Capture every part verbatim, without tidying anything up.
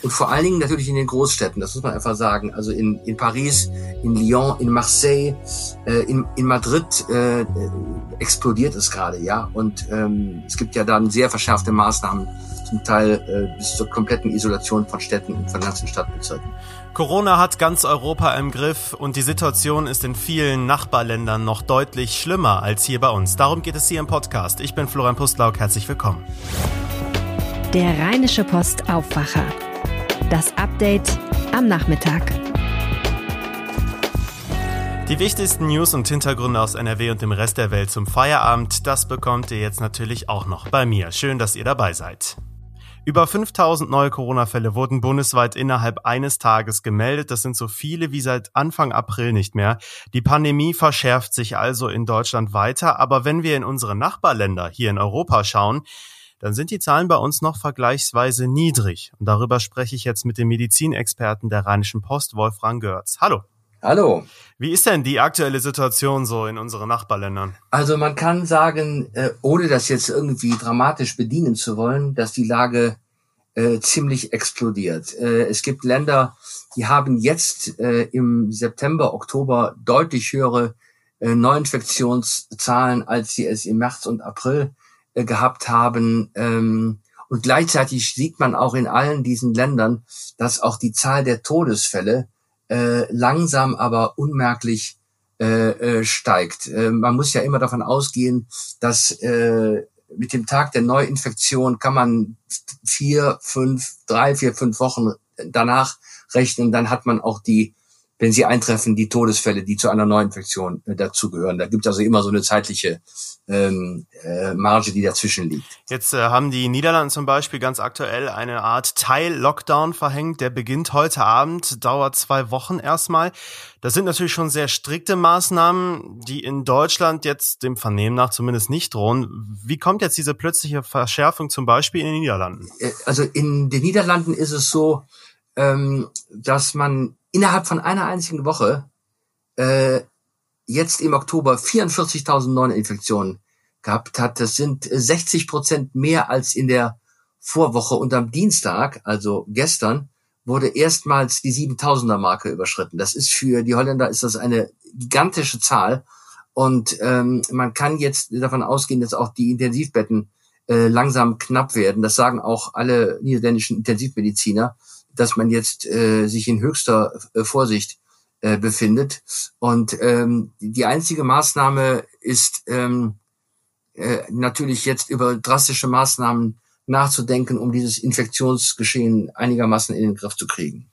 Und vor allen Dingen natürlich in den Großstädten, das muss man einfach sagen. Also in, in Paris, in Lyon, in Marseille, äh, in, in Madrid äh, explodiert es gerade, ja. Und ähm, es gibt ja dann sehr verschärfte Maßnahmen, zum Teil äh, bis zur kompletten Isolation von Städten und von ganzen Stadtbezirken. Corona hat ganz Europa im Griff und die Situation ist in vielen Nachbarländern noch deutlich schlimmer als hier bei uns. Darum geht es hier im Podcast. Ich bin Florian Pustlauk, herzlich willkommen. Der Rheinische Post Aufwacher. Das Update am Nachmittag. Die wichtigsten News und Hintergründe aus N R W und dem Rest der Welt zum Feierabend, das bekommt ihr jetzt natürlich auch noch bei mir. Schön, dass ihr dabei seid. Über fünftausend neue Corona-Fälle wurden bundesweit innerhalb eines Tages gemeldet. Das sind so viele wie seit Anfang April nicht mehr. Die Pandemie verschärft sich also in Deutschland weiter. Aber wenn wir in unsere Nachbarländer hier in Europa schauen, dann sind die Zahlen bei uns noch vergleichsweise niedrig. Und darüber spreche ich jetzt mit dem Medizinexperten der Rheinischen Post, Wolfram Görz. Hallo. Hallo. Wie ist denn die aktuelle Situation so in unseren Nachbarländern? Also man kann sagen, äh, ohne das jetzt irgendwie dramatisch bedienen zu wollen, dass die Lage äh, ziemlich explodiert. Äh, es gibt Länder, die haben jetzt äh, im September, Oktober deutlich höhere äh, Neuinfektionszahlen, als sie es im März und April äh, gehabt haben. Ähm, und gleichzeitig sieht man auch in allen diesen Ländern, dass auch die Zahl der Todesfälle Äh, langsam, aber unmerklich äh, äh, steigt. Äh, man muss ja immer davon ausgehen, dass äh, mit dem Tag der Neuinfektion kann man vier, fünf, drei, vier, fünf Wochen danach rechnen. Dann hat man auch die, wenn sie eintreffen, die Todesfälle, die zu einer Neuinfektion äh, dazugehören. Da gibt es also immer so eine zeitliche ähm, äh, Marge, die dazwischen liegt. Jetzt äh, haben die Niederlande zum Beispiel ganz aktuell eine Art Teil-Lockdown verhängt. Der beginnt heute Abend, dauert zwei Wochen erstmal. Das sind natürlich schon sehr strikte Maßnahmen, die in Deutschland jetzt dem Vernehmen nach zumindest nicht drohen. Wie kommt jetzt diese plötzliche Verschärfung zum Beispiel in den Niederlanden? Also in den Niederlanden ist es so, ähm, dass man innerhalb von einer einzigen Woche äh, jetzt im Oktober vierundvierzigtausend neue Infektionen gehabt hat. Das sind sechzig Prozent mehr als in der Vorwoche. Und am Dienstag, also gestern, wurde erstmals die siebentausender-Marke überschritten. Das ist für die Holländer ist das eine gigantische Zahl. Und ähm, man kann jetzt davon ausgehen, dass auch die Intensivbetten äh, langsam knapp werden. Das sagen auch alle niederländischen Intensivmediziner, dass man jetzt äh, sich in höchster äh, Vorsicht äh, befindet. Und ähm, die einzige Maßnahme ist ähm, äh, natürlich jetzt über drastische Maßnahmen nachzudenken, um dieses Infektionsgeschehen einigermaßen in den Griff zu kriegen.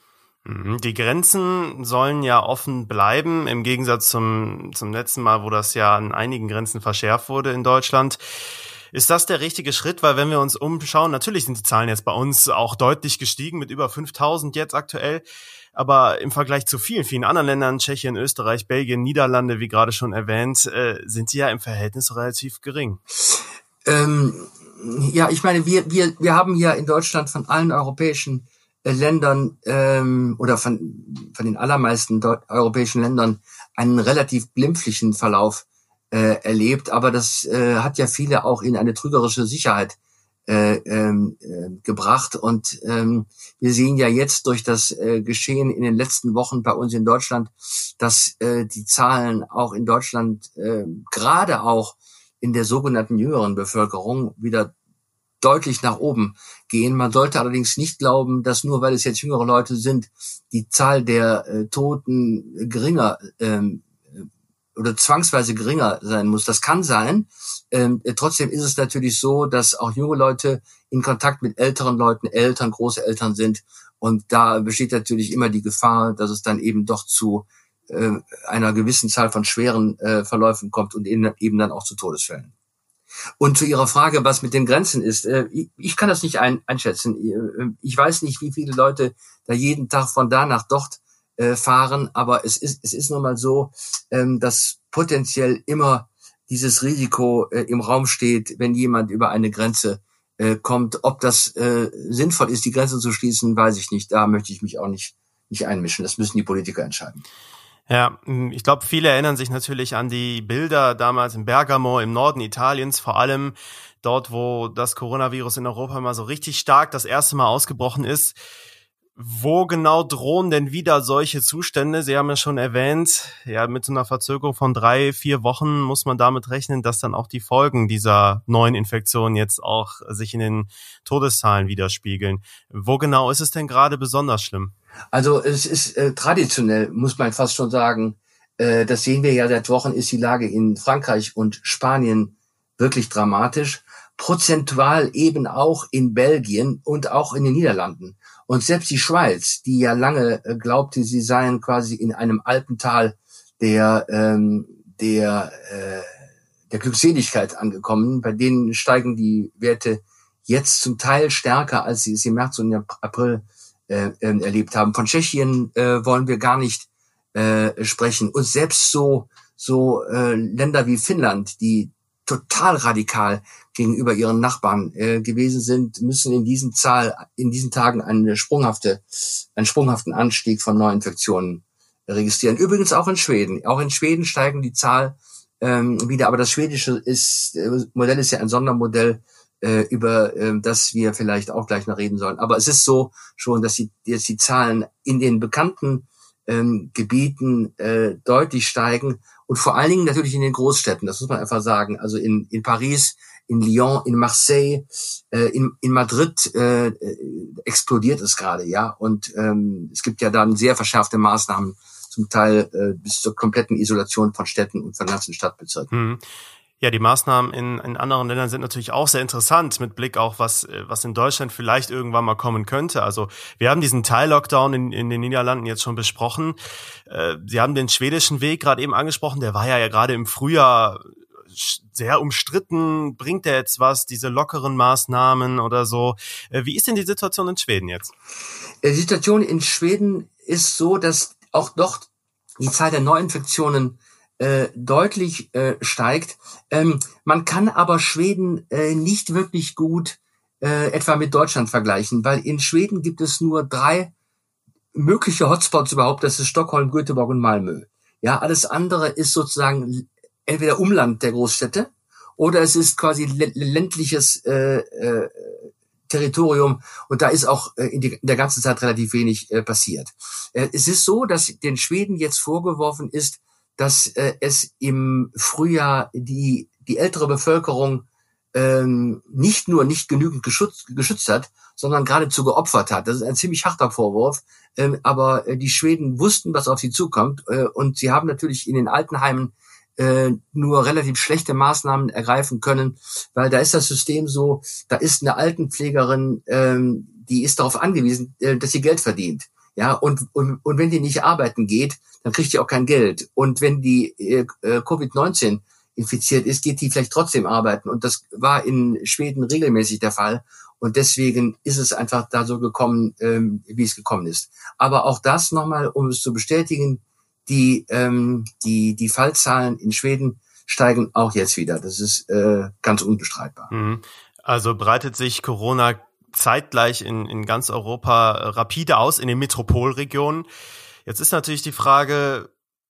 Die Grenzen sollen ja offen bleiben, im Gegensatz zum, zum letzten Mal, wo das ja an einigen Grenzen verschärft wurde in Deutschland. Ist das der richtige Schritt? Weil wenn wir uns umschauen, natürlich sind die Zahlen jetzt bei uns auch deutlich gestiegen mit über fünftausend jetzt aktuell. Aber im Vergleich zu vielen, vielen anderen Ländern, Tschechien, Österreich, Belgien, Niederlande, wie gerade schon erwähnt, äh, sind die ja im Verhältnis relativ gering. Ähm, ja, ich meine, wir, wir, wir haben ja in Deutschland von allen europäischen äh, Ländern ähm, oder von, von den allermeisten Deu- europäischen Ländern einen relativ glimpflichen Verlauf Äh, erlebt, aber das äh, hat ja viele auch in eine trügerische Sicherheit äh, ähm, äh, gebracht und ähm, wir sehen ja jetzt durch das äh, Geschehen in den letzten Wochen bei uns in Deutschland, dass äh, die Zahlen auch in Deutschland äh, gerade auch in der sogenannten jüngeren Bevölkerung wieder deutlich nach oben gehen. Man sollte allerdings nicht glauben, dass nur weil es jetzt jüngere Leute sind, die Zahl der äh, Toten geringer ähm, oder zwangsweise geringer sein muss. Das kann sein. Ähm, trotzdem ist es natürlich so, dass auch junge Leute in Kontakt mit älteren Leuten, Eltern, Großeltern sind. Und da besteht natürlich immer die Gefahr, dass es dann eben doch zu äh, einer gewissen Zahl von schweren äh, Verläufen kommt und eben, eben dann auch zu Todesfällen. Und zu Ihrer Frage, was mit den Grenzen ist, äh, ich, ich kann das nicht ein, einschätzen. Ich weiß nicht, wie viele Leute da jeden Tag von da nach dort Äh, fahren, aber es ist es ist nun mal so, ähm, dass potenziell immer dieses Risiko äh, im Raum steht, wenn jemand über eine Grenze äh, kommt. Ob das äh, sinnvoll ist, die Grenze zu schließen, weiß ich nicht. Da möchte ich mich auch nicht nicht einmischen. Das müssen die Politiker entscheiden. Ja, ich glaube, viele erinnern sich natürlich an die Bilder damals in Bergamo im Norden Italiens, vor allem dort, wo das Coronavirus in Europa mal so richtig stark das erste Mal ausgebrochen ist. Wo genau drohen denn wieder solche Zustände? Sie haben ja schon erwähnt, ja, mit so einer Verzögerung von drei, vier Wochen muss man damit rechnen, dass dann auch die Folgen dieser neuen Infektion jetzt auch sich in den Todeszahlen widerspiegeln. Wo genau ist es denn gerade besonders schlimm? Also es ist äh, traditionell, muss man fast schon sagen, äh, das sehen wir ja seit Wochen, ist die Lage in Frankreich und Spanien wirklich dramatisch. Prozentual eben auch in Belgien und auch in den Niederlanden. Und selbst die Schweiz, die ja lange äh, glaubte, sie seien quasi in einem Alpental der ähm, der äh, der Glückseligkeit angekommen, bei denen steigen die Werte jetzt zum Teil stärker, als sie es im März und im April äh, äh, erlebt haben. Von Tschechien äh, wollen wir gar nicht äh, sprechen. Und selbst so so äh, Länder wie Finnland, die total radikal gegenüber ihren Nachbarn äh, gewesen sind, müssen in diesen Zahl, in diesen Tagen eine sprunghafte, einen sprunghaften Anstieg von Neuinfektionen registrieren. Übrigens auch in Schweden. Auch in Schweden steigen die Zahl ähm, wieder, aber das schwedische ist, äh, Modell ist ja ein Sondermodell, äh, über äh, das wir vielleicht auch gleich noch reden sollen. Aber es ist so schon, dass die, jetzt die Zahlen in den bekannten ähm, Gebieten äh, deutlich steigen. Und vor allen Dingen natürlich in den Großstädten, das muss man einfach sagen. Also in, in Paris, in Lyon, in Marseille, äh, in, in Madrid äh, explodiert es gerade, ja. Und ähm, es gibt ja dann sehr verschärfte Maßnahmen, zum Teil äh, bis zur kompletten Isolation von Städten und von ganzen Stadtbezirken. Hm. Ja, die Maßnahmen in, in anderen Ländern sind natürlich auch sehr interessant, mit Blick auch, was, was in Deutschland vielleicht irgendwann mal kommen könnte. Also wir haben diesen Teil-Lockdown in, in den Niederlanden jetzt schon besprochen. Äh, Sie haben den schwedischen Weg gerade eben angesprochen, der war ja, ja gerade im Frühjahr sehr umstritten. Bringt der jetzt was, diese lockeren Maßnahmen oder so? Äh, wie ist denn die Situation in Schweden jetzt? Die Situation in Schweden ist so, dass auch dort die Zahl der Neuinfektionen Äh, deutlich äh, steigt. Ähm, man kann aber Schweden äh, nicht wirklich gut äh, etwa mit Deutschland vergleichen, weil in Schweden gibt es nur drei mögliche Hotspots überhaupt. Das ist Stockholm, Göteborg und Malmö. Ja, alles andere ist sozusagen entweder Umland der Großstädte oder es ist quasi ländliches äh, äh, Territorium und da ist auch äh, in, die, in der ganzen Zeit relativ wenig äh, passiert. Äh, es ist so, dass den Schweden jetzt vorgeworfen ist, dass äh, es im Frühjahr die die ältere Bevölkerung ähm, nicht nur nicht genügend geschützt, geschützt hat, sondern geradezu geopfert hat. Das ist ein ziemlich harter Vorwurf, ähm, aber äh, die Schweden wussten, was auf sie zukommt äh, und sie haben natürlich in den Altenheimen äh, nur relativ schlechte Maßnahmen ergreifen können, weil da ist das System so, da ist eine Altenpflegerin, ähm, die ist darauf angewiesen, äh, dass sie Geld verdient. Ja, und, und, und wenn die nicht arbeiten geht, dann kriegt die auch kein Geld. Und wenn die äh, Covid neunzehn infiziert ist, geht die vielleicht trotzdem arbeiten. Und das war in Schweden regelmäßig der Fall. Und deswegen ist es einfach da so gekommen, ähm, wie es gekommen ist. Aber auch das nochmal, um es zu bestätigen, die, ähm, die, die Fallzahlen in Schweden steigen auch jetzt wieder. Das ist äh, ganz unbestreitbar. Also breitet sich Corona zeitgleich in, in ganz Europa rapide aus, in den Metropolregionen. Jetzt ist natürlich die Frage,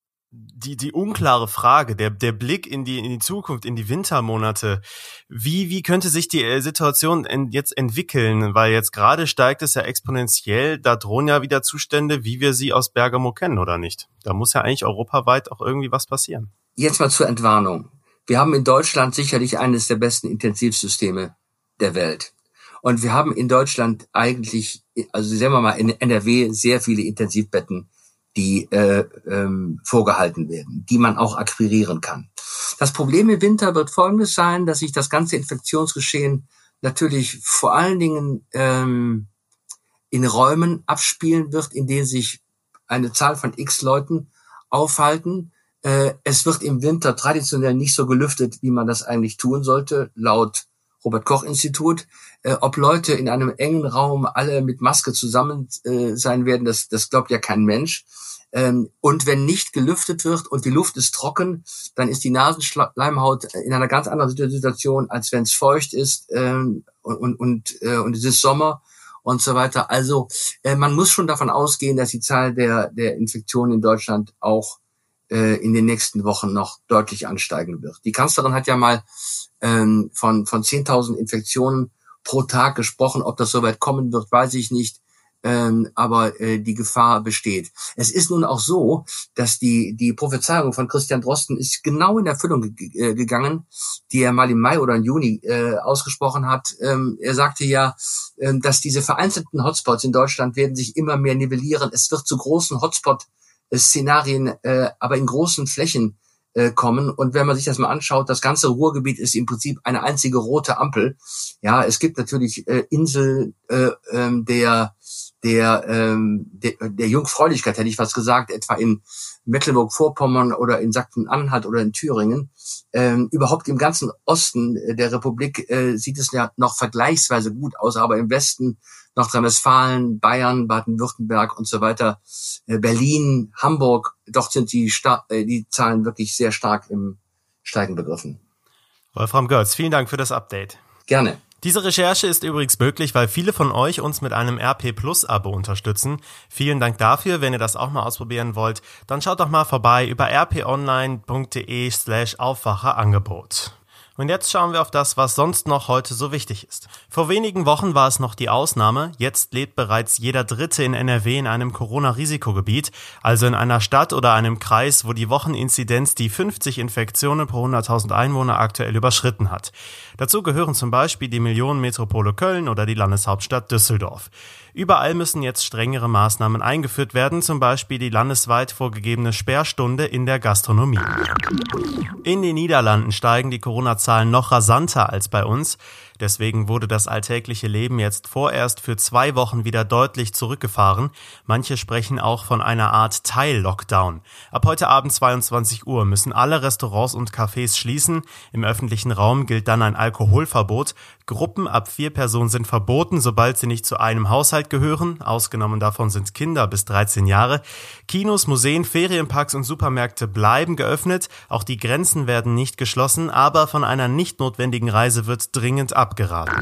die, die unklare Frage, der, der Blick in die, in die Zukunft, in die Wintermonate. Wie, wie könnte sich die Situation en, jetzt entwickeln? Weil jetzt gerade steigt es ja exponentiell, da drohen ja wieder Zustände, wie wir sie aus Bergamo kennen, oder nicht? Da muss ja eigentlich europaweit auch irgendwie was passieren. Jetzt mal zur Entwarnung. Wir haben in Deutschland sicherlich eines der besten Intensivsysteme der Welt. Und wir haben in Deutschland eigentlich, also sagen wir mal in N R W, sehr viele Intensivbetten, die äh, ähm, vorgehalten werden, die man auch akquirieren kann. Das Problem im Winter wird Folgendes sein, dass sich das ganze Infektionsgeschehen natürlich vor allen Dingen ähm, in Räumen abspielen wird, in denen sich eine Zahl von X Leuten aufhalten. Äh, es wird im Winter traditionell nicht so gelüftet, wie man das eigentlich tun sollte, laut Robert-Koch-Institut. Äh, ob Leute in einem engen Raum alle mit Maske zusammen äh, sein werden, das, das glaubt ja kein Mensch. Ähm, und wenn nicht gelüftet wird und die Luft ist trocken, dann ist die Nasenschleimhaut in einer ganz anderen Situation, als wenn es feucht ist ähm, und, und, äh, und es ist Sommer und so weiter. Also äh, man muss schon davon ausgehen, dass die Zahl der, der Infektionen in Deutschland auch äh, in den nächsten Wochen noch deutlich ansteigen wird. Die Kanzlerin hat ja mal ähm, von von zehntausend Infektionen pro Tag gesprochen. Ob das soweit kommen wird, weiß ich nicht. Ähm, aber äh, die Gefahr besteht. Es ist nun auch so, dass die die Prophezeiung von Christian Drosten ist genau in Erfüllung ge- äh, gegangen, die er mal im Mai oder im Juni äh, ausgesprochen hat. Ähm, er sagte ja, äh, dass diese vereinzelten Hotspots in Deutschland werden sich immer mehr nivellieren. Es wird zu großen Hotspot-Szenarien, äh, aber in großen Flächen äh, kommen. Und wenn man sich das mal anschaut, das ganze Ruhrgebiet ist im Prinzip eine einzige rote Ampel. Ja, es gibt natürlich äh, Insel äh, ähm, der der, ähm, der der Jungfräulichkeit, hätte ich was gesagt, etwa in Mecklenburg-Vorpommern oder in Sachsen-Anhalt oder in Thüringen. Ähm, überhaupt im ganzen Osten der Republik äh, sieht es ja noch vergleichsweise gut aus, aber im Westen Nordrhein-Westfalen, Bayern, Baden-Württemberg und so weiter, äh, Berlin, Hamburg, dort sind die, Sta- äh, die Zahlen wirklich sehr stark im Steigen begriffen. Wolfram Götz, vielen Dank für das Update. Gerne. Diese Recherche ist übrigens möglich, weil viele von euch uns mit einem R P Plus Abo unterstützen. Vielen Dank dafür. Wenn ihr das auch mal ausprobieren wollt, dann schaut doch mal vorbei über rponline.de slash Aufwacherangebot. Und jetzt schauen wir auf das, was sonst noch heute so wichtig ist. Vor wenigen Wochen war es noch die Ausnahme. Jetzt lebt bereits jeder Dritte in N R W in einem Corona-Risikogebiet, also in einer Stadt oder einem Kreis, wo die Wocheninzidenz die fünfzig Infektionen pro hunderttausend Einwohner aktuell überschritten hat. Dazu gehören zum Beispiel die Millionenmetropole Köln oder die Landeshauptstadt Düsseldorf. Überall müssen jetzt strengere Maßnahmen eingeführt werden, zum Beispiel die landesweit vorgegebene Sperrstunde in der Gastronomie. In den Niederlanden steigen die Corona-Zahlen noch rasanter als bei uns. Deswegen wurde das alltägliche Leben jetzt vorerst für zwei Wochen wieder deutlich zurückgefahren. Manche sprechen auch von einer Art Teil-Lockdown. Ab heute Abend zweiundzwanzig Uhr müssen alle Restaurants und Cafés schließen. Im öffentlichen Raum gilt dann ein Alkoholverbot. Gruppen ab vier Personen sind verboten, sobald sie nicht zu einem Haushalt gehören. Ausgenommen davon sind Kinder bis dreizehn Jahre. Kinos, Museen, Ferienparks und Supermärkte bleiben geöffnet. Auch die Grenzen werden nicht geschlossen, aber von einer nicht notwendigen Reise wird dringend abgeraten.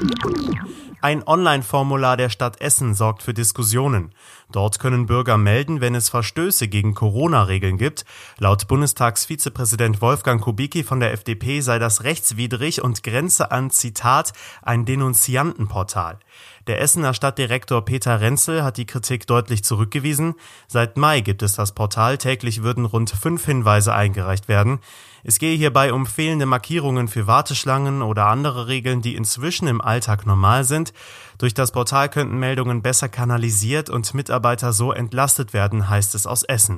Ein Online-Formular der Stadt Essen sorgt für Diskussionen. Dort können Bürger melden, wenn es Verstöße gegen Corona-Regeln gibt. Laut Bundestagsvizepräsident Wolfgang Kubicki von der F D P sei das rechtswidrig und grenze an, Zitat, ein Denunziantenportal. Der Essener Stadtdirektor Peter Renzel hat die Kritik deutlich zurückgewiesen. Seit Mai gibt es das Portal. Täglich würden rund fünf Hinweise eingereicht werden. Es gehe hierbei um fehlende Markierungen für Warteschlangen oder andere Regeln, die inzwischen im Alltag normal sind. Durch das Portal könnten Meldungen besser kanalisiert und Mitarbeiter so entlastet werden, heißt es aus Essen.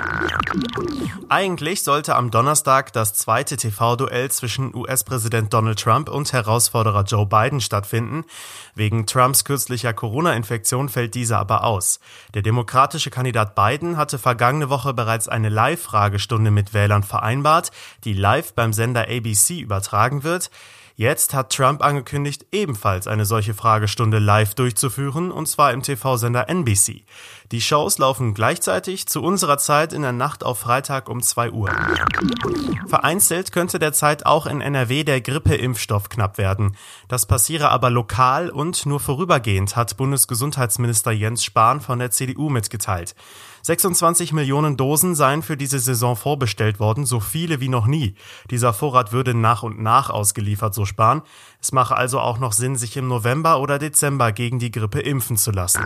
Eigentlich sollte am Donnerstag das zweite T V-Duell zwischen U S-Präsident Donald Trump und Herausforderer Joe Biden stattfinden. Wegen Trumps kürzlicher Corona-Infektion fällt dieser aber aus. Der demokratische Kandidat Biden hatte vergangene Woche bereits eine Live-Fragestunde mit Wählern vereinbart, die live beim Sender A B C übertragen wird. Jetzt hat Trump angekündigt, ebenfalls eine solche Fragestunde live durchzuführen, und zwar im T V-Sender N B C. Die Shows laufen gleichzeitig zu unserer Zeit in der Nacht auf Freitag um zwei Uhr. Vereinzelt könnte derzeit auch in N R W der Grippeimpfstoff knapp werden. Das passiere aber lokal und nur vorübergehend, hat Bundesgesundheitsminister Jens Spahn von der C D U mitgeteilt. sechsundzwanzig Millionen Dosen seien für diese Saison vorbestellt worden, so viele wie noch nie. Dieser Vorrat würde nach und nach ausgeliefert, so Spahn. Es mache also auch noch Sinn, sich im November oder Dezember gegen die Grippe impfen zu lassen.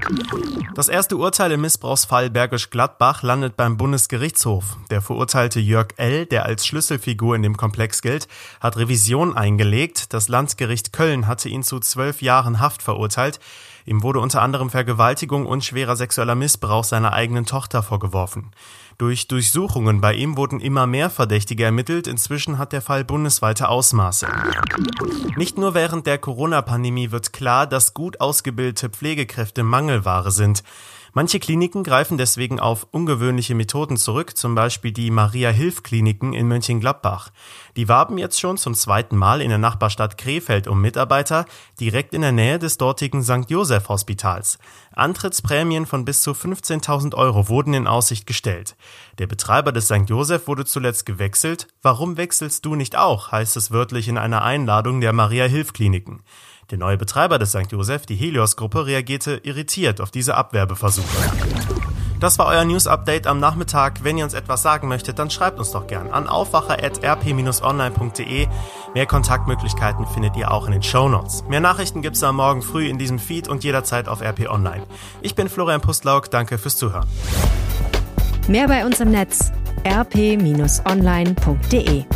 Das erste Urteil im Missbrauchsfall Bergisch Gladbach landet beim Bundesgerichtshof. Der verurteilte Jörg L., der als Schlüsselfigur in dem Komplex gilt, hat Revision eingelegt. Das Landgericht Köln hatte ihn zu zwölf Jahren Haft verurteilt. Ihm wurde unter anderem Vergewaltigung und schwerer sexueller Missbrauch seiner eigenen Tochter vorgeworfen. Durch Durchsuchungen bei ihm wurden immer mehr Verdächtige ermittelt. Inzwischen hat der Fall bundesweite Ausmaße. Nicht nur während der Corona-Pandemie wird klar, dass gut ausgebildete Pflegekräfte Mangelware sind. Manche Kliniken greifen deswegen auf ungewöhnliche Methoden zurück, zum Beispiel die Maria-Hilf-Kliniken in Mönchengladbach. Die warben jetzt schon zum zweiten Mal in der Nachbarstadt Krefeld um Mitarbeiter, direkt in der Nähe des dortigen Sankt Joseph Hospitals. Antrittsprämien von bis zu fünfzehntausend Euro wurden in Aussicht gestellt. Der Betreiber des Sankt Joseph wurde zuletzt gewechselt. Warum wechselst du nicht auch, heißt es wörtlich in einer Einladung der Maria-Hilf-Kliniken. Der neue Betreiber des Sankt Joseph, die Helios-Gruppe, reagierte irritiert auf diese Abwerbeversuche. Das war euer News-Update am Nachmittag. Wenn ihr uns etwas sagen möchtet, dann schreibt uns doch gern an aufwacher at r p dash online punkt d e. Mehr Kontaktmöglichkeiten findet ihr auch in den Shownotes. Mehr Nachrichten gibt's am Morgen früh in diesem Feed und jederzeit auf R P Online. Ich bin Florian Pustlauk, danke fürs Zuhören. Mehr bei uns im Netz r p dash online punkt d e.